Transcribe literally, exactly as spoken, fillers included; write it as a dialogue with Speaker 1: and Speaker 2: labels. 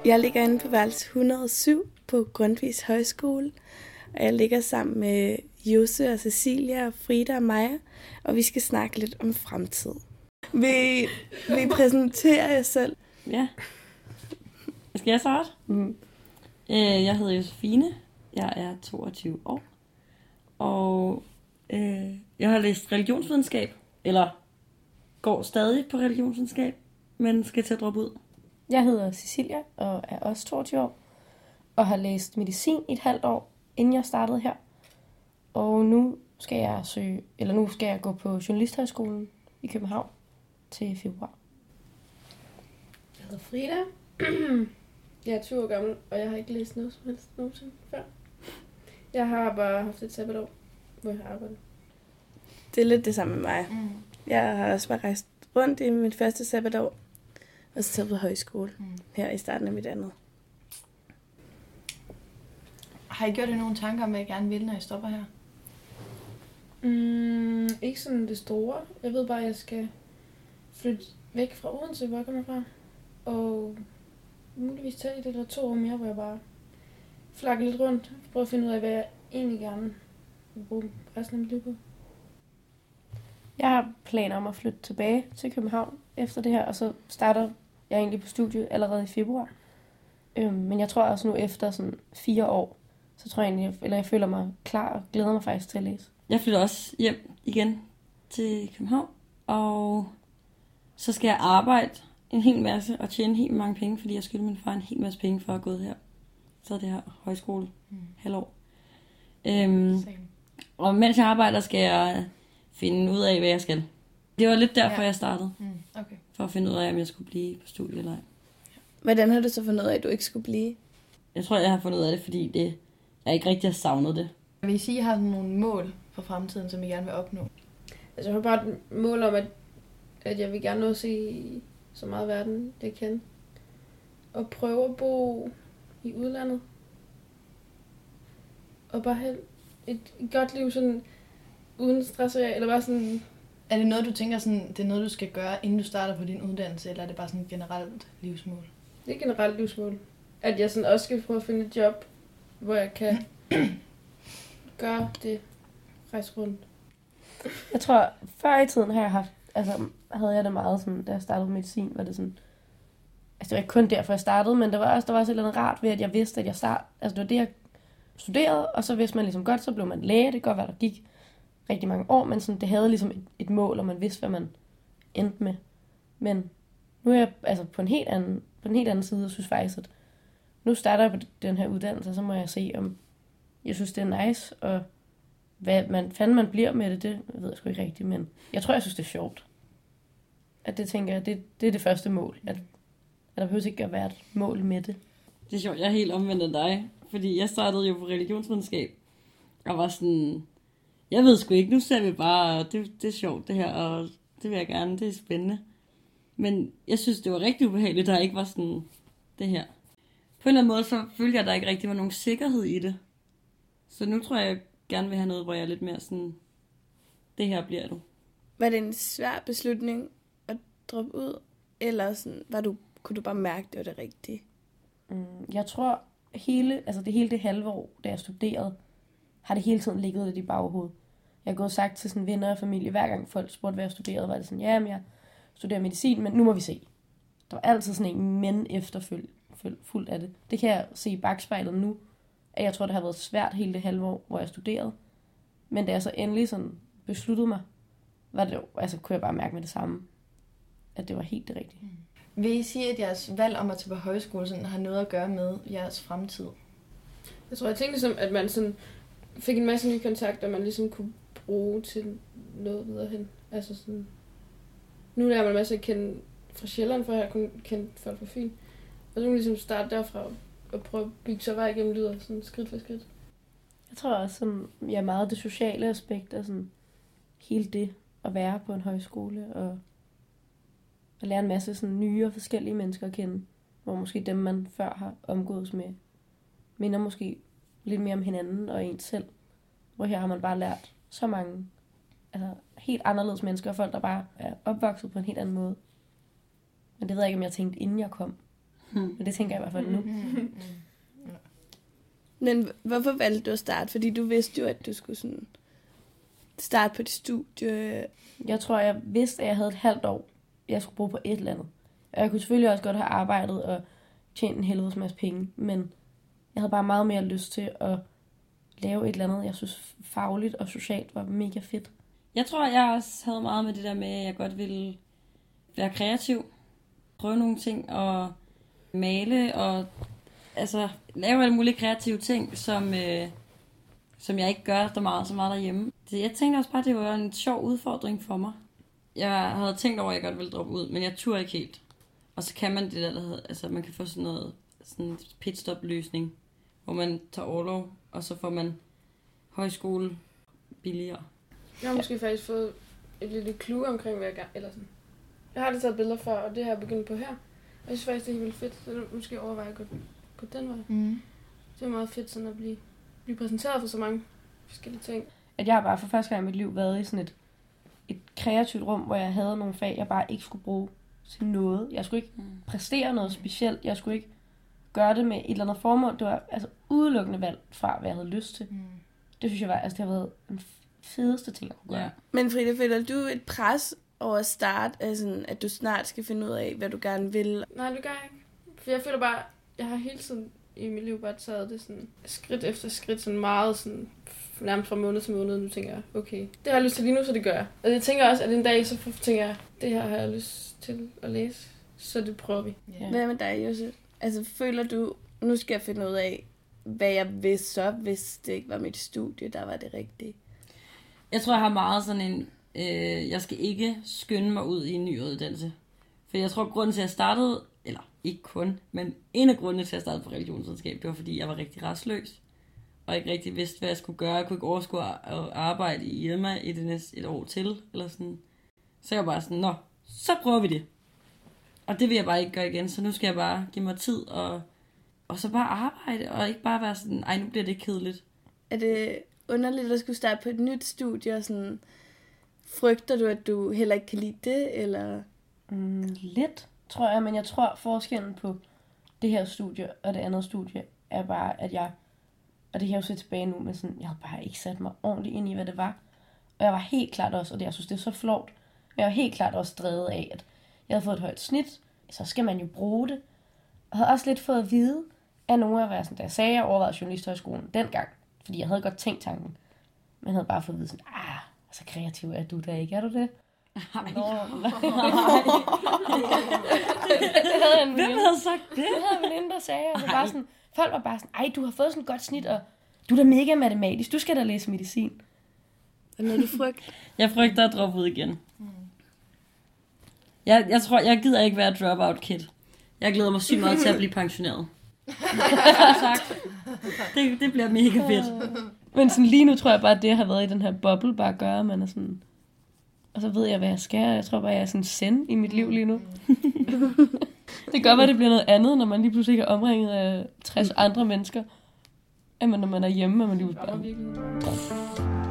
Speaker 1: Jeg ligger inde på værelse et hundrede og syv på Grundtvigs Højskole, og jeg ligger sammen med Josse og Cecilia og Frida og Maja, og vi skal snakke lidt om fremtid. Vi, vi præsenterer jer selv.
Speaker 2: Ja. Skal jeg starte? Mm. Jeg hedder Josefine. Jeg er toogtyve år. Og øh, jeg har læst religionsvidenskab, eller går stadig på religionsvidenskab, men skal til at droppe ud.
Speaker 3: Jeg hedder Cecilia og er også toogtyve år, og har læst medicin i et halvt år, inden jeg startede her. Og nu skal jeg søge, eller nu skal jeg gå på Journalisthøjskolen i København til februar.
Speaker 4: Jeg hedder Frida. Jeg er tyve år gammel, og jeg har ikke læst noget som helst nogensinde før. Jeg har bare haft et sabbatår, hvor jeg har arbejdet.
Speaker 1: Det er lidt det samme med mig. Mm. Jeg har også bare rejst rundt i mit første sabbatår, og så taget på højskole mm. her i starten af mit andet.
Speaker 5: Har I gjort jer nogle tanker om, hvad I gerne vil, når I stopper her?
Speaker 4: Mm, ikke sådan det store. Jeg ved bare, at jeg skal flytte væk fra Odense, hvor jeg kommer fra. Og muligvis tage et eller to år mere, hvor jeg bare flakker lidt rundt. Prøver at finde ud af, hvad jeg egentlig gerne vil bruge resten af mit liv på.
Speaker 3: Jeg har planer om at flytte tilbage til København efter det her, og så starter jeg egentlig på studiet allerede i februar. Øhm, men jeg tror også nu efter sådan fire år, så tror jeg egentlig, eller jeg føler mig klar og glæder mig faktisk til at læse.
Speaker 2: Jeg flytter også hjem igen til København, og så skal jeg arbejde en hel masse og tjene helt mange penge, fordi jeg skylder min far en hel masse penge for at gå her. Så er det her højskole mm. halvår. Øhm, og mens jeg arbejder, skal jeg finde ud af, hvad jeg skal. Det var lidt derfor, ja. jeg startede. Mm. Okay. For at finde ud af, om jeg skulle blive på studiet eller ej.
Speaker 1: Hvordan har du så fundet ud af, at du ikke skulle blive?
Speaker 2: Jeg tror, jeg har fundet ud af det, fordi det, jeg ikke rigtig har savnet det.
Speaker 5: Vil I sige, at I har nogle mål for fremtiden, som I gerne vil opnå?
Speaker 4: Altså, jeg har bare et mål om, at, at jeg vil gerne nå at se så meget verden, det kan. Og prøve at bo i udlandet. Og bare have et godt liv sådan uden stress, eller bare sådan.
Speaker 5: Er det noget, du tænker sådan, det er noget, du skal gøre, inden du starter på din uddannelse, eller er det bare sådan et generelt livsmål?
Speaker 4: Det er et generelt livsmål. At jeg sådan også skal prøve at finde et job, hvor jeg kan gøre det, rejse rundt.
Speaker 3: Jeg tror, før i tiden har jeg haft, altså havde jeg det meget sådan, da jeg startede på medicin, var det sådan, altså det var ikke kun derfor, jeg startede, men der var også, der var også et eller andet rart ved, at jeg vidste, at jeg startede, altså det var det, jeg studerede, og så vidste man ligesom godt, så blev man læge, det kan godt være, der gik rigtig mange år, men sådan, det havde ligesom et, et mål, og man vidste, hvad man endte med. Men nu er jeg altså på en helt anden, på en helt anden side, og synes faktisk, at nu starter jeg på den her uddannelse, så må jeg se, om jeg synes, det er nice, og hvad man, fanden man bliver med det, det ved jeg sgu ikke rigtigt, men jeg tror, jeg synes, det er sjovt. At det tænker jeg, det, det er det første mål. At, at der behøver ikke at være et mål med det.
Speaker 2: Det er sjovt, jeg er helt omvendt af dig, fordi jeg startede jo på religionsvidenskab, og var sådan, jeg ved sgu ikke, nu ser vi bare, det, det er sjovt det her, og det vil jeg gerne, det er spændende. Men jeg synes, det var rigtig ubehageligt, der ikke var sådan det her. På en eller anden måde, så følte jeg, at der ikke rigtig var nogen sikkerhed i det. Så nu tror jeg, jeg gerne vil have noget, hvor jeg er lidt mere sådan, det her bliver du.
Speaker 1: Var det en svær beslutning at droppe ud, eller sådan, var du, kunne du bare mærke, det var det rigtige?
Speaker 3: Mm, jeg tror, hele, altså det hele det halve år, da jeg studerede, har det hele tiden ligget lidt i baghovedet. Jeg har gået og sagt til sådan venner og familie, hver gang folk spurgte, hvad jeg studerede, var det sådan, ja, men jeg studerer medicin, men nu må vi se. Der var altid sådan en men efterfølg, fuldt af det. Det kan jeg se i bagspejlet nu, at jeg tror, det har været svært hele det halve år, hvor jeg studerede. Men da jeg så endelig sådan besluttede mig, var det, altså, kunne jeg bare mærke med det samme, at det var helt det rigtige.
Speaker 5: Vil I sige, at jeres valg om at tage på højskole sådan, har noget at gøre med jeres fremtid?
Speaker 4: Jeg tror, jeg tænkte ligesom, at man sådan fik en masse nye kontakter, man ligesom kunne bruge til noget videre hen. Altså sådan, nu lærer man en masse at kende fra Sjælland, for jeg har kun kendt folk fra Fyn. Og så kan man ligesom starte derfra og prøve at bygge sig vej igennem livet, sådan skridt for skridt.
Speaker 3: Jeg tror også, sådan, ja, meget det sociale aspekt af sådan, hele det at være på en højskole og at lære en masse sådan, nye og forskellige mennesker at kende, hvor måske dem, man før har omgås med, minder måske lidt mere om hinanden og ens selv. Hvor her har man bare lært så mange altså, helt anderledes mennesker og folk, der bare er opvokset på en helt anden måde. Men det ved jeg ikke, om jeg tænkte, inden jeg kom. Men det tænker jeg i hvert fald nu.
Speaker 5: Mm.
Speaker 1: Men hvorfor valgte du at starte? Fordi du vidste jo, at du skulle sådan starte på dit studie.
Speaker 3: Jeg tror, jeg vidste, at jeg havde et halvt år, jeg skulle bruge på et eller andet. Og jeg kunne selvfølgelig også godt have arbejdet og tjent en helvedes masse penge, men jeg havde bare meget mere lyst til at lave et eller andet, jeg synes fagligt og socialt var mega fedt.
Speaker 2: Jeg tror, jeg også havde meget med det der med, at jeg godt ville være kreativ. Prøve nogle ting og male og altså lave alle mulige kreative ting, som, øh, som jeg ikke gør der meget, så meget derhjemme. Så jeg tænkte også bare, at det var en sjov udfordring for mig. Jeg havde tænkt over, at jeg godt ville droppe ud, men jeg turde ikke helt. Og så kan man det der, der hedder, altså man kan få sådan noget sådan en pitstop-løsning, hvor man tager orlov, og så får man højskole billigere.
Speaker 4: Jeg har måske faktisk fået et lille clue omkring, hvad jeg gør, eller sådan. Jeg har aldrig taget billeder før, og det har jeg begyndt på her. Og jeg synes faktisk, det er helt vildt fedt, så jeg måske overvejer at gå, gå den vej.
Speaker 5: Mm.
Speaker 4: Det er meget fedt sådan at blive, blive præsenteret for så mange forskellige ting.
Speaker 3: At jeg har bare for første gang i mit liv været i sådan et, et kreativt rum, hvor jeg havde nogle fag, jeg bare ikke skulle bruge til noget. Jeg skulle ikke præstere noget specielt. Jeg skulle ikke gøre det med et eller andet formål. Det var altså udelukkende valg fra, hvad jeg havde lyst til.
Speaker 5: Mm.
Speaker 3: Det synes jeg var, altså det har været den fedeste ting, jeg kunne gøre.
Speaker 2: Ja.
Speaker 1: Men Frida, føler du et pres over at starte, altså, at du snart skal finde ud af, hvad du gerne vil?
Speaker 4: Nej, det gør jeg ikke. For jeg føler bare, jeg har hele tiden i mit liv bare taget det sådan skridt efter skridt, sådan meget sådan nærmest fra måned til måned. Nu tænker jeg, okay, det har jeg lyst til lige nu, så det gør jeg. Og jeg tænker også, at en dag, så tænker jeg, det her har jeg lyst til at læse, så det prøver vi.
Speaker 5: Yeah.
Speaker 1: Hvad med dig, Josef? Altså, føler du, nu skal jeg finde ud af, hvad jeg vidste så, hvis det ikke var mit studie, der var det rigtige?
Speaker 2: Jeg tror, jeg har meget sådan en, øh, jeg skal ikke skynde mig ud i en ny uddannelse. For jeg tror, grunden til, at jeg startede, eller ikke kun, men en af grundene til, at jeg startede på religionsvidenskab, det var, fordi jeg var rigtig rastløs. Og ikke rigtig vidste, hvad jeg skulle gøre. Jeg kunne ikke overskue at arbejde i Irma i det næste et år til, eller sådan. Så jeg var bare sådan, nå, så prøver vi det. Og det vil jeg bare ikke gøre igen, så nu skal jeg bare give mig tid, og, og så bare arbejde, og ikke bare være sådan, ej, nu bliver det kedeligt.
Speaker 1: Er det underligt at skulle starte på et nyt studie, og sådan, frygter du, at du heller ikke kan lide det, eller?
Speaker 3: Mm, lidt, tror jeg, men jeg tror, forskellen på det her studie og det andet studie er bare, at jeg, og det kan jeg jo se tilbage nu, men sådan, jeg har bare ikke sat mig ordentligt ind i, hvad det var. Og jeg var helt klart også, og det, jeg synes, det er så flot, men jeg var helt klart også drevet af, at jeg havde fået et højt snit, så skal man jo bruge det. Og havde også lidt fået at vide af nogle af hvad sådan, da jeg sagde, at jeg overvejede journalisthøjskolen dengang, fordi jeg havde godt tænkt tanken, men jeg havde bare fået at vide sådan, ah, så kreativ er du da ikke, er du det?
Speaker 2: Nej.
Speaker 3: Nå, det havde en
Speaker 2: Hvem havde sagt det?
Speaker 3: Det havde en veninde, der sagde, og så bare sådan, folk var bare sådan, ej, du har fået sådan et godt snit, og du er da mega matematisk, du skal da læse medicin.
Speaker 1: Er noget, du frygter?
Speaker 2: Jeg frygter at droppe ud igen. Jeg, jeg tror, jeg gider ikke være dropout kid. Jeg glæder mig sygt meget til at blive pensioneret. Tak. Det, det bliver mega fedt.
Speaker 3: Men sådan lige nu tror jeg bare, at det at have været i den her boble bare gør, at man er sådan... Og så ved jeg, hvad jeg skal. Jeg tror bare, jeg er sådan zen i mit liv lige nu. Det kan godt være, det bliver noget andet, når man lige pludselig er omringet af tres andre mennesker. End når man er hjemme, og man lige bare...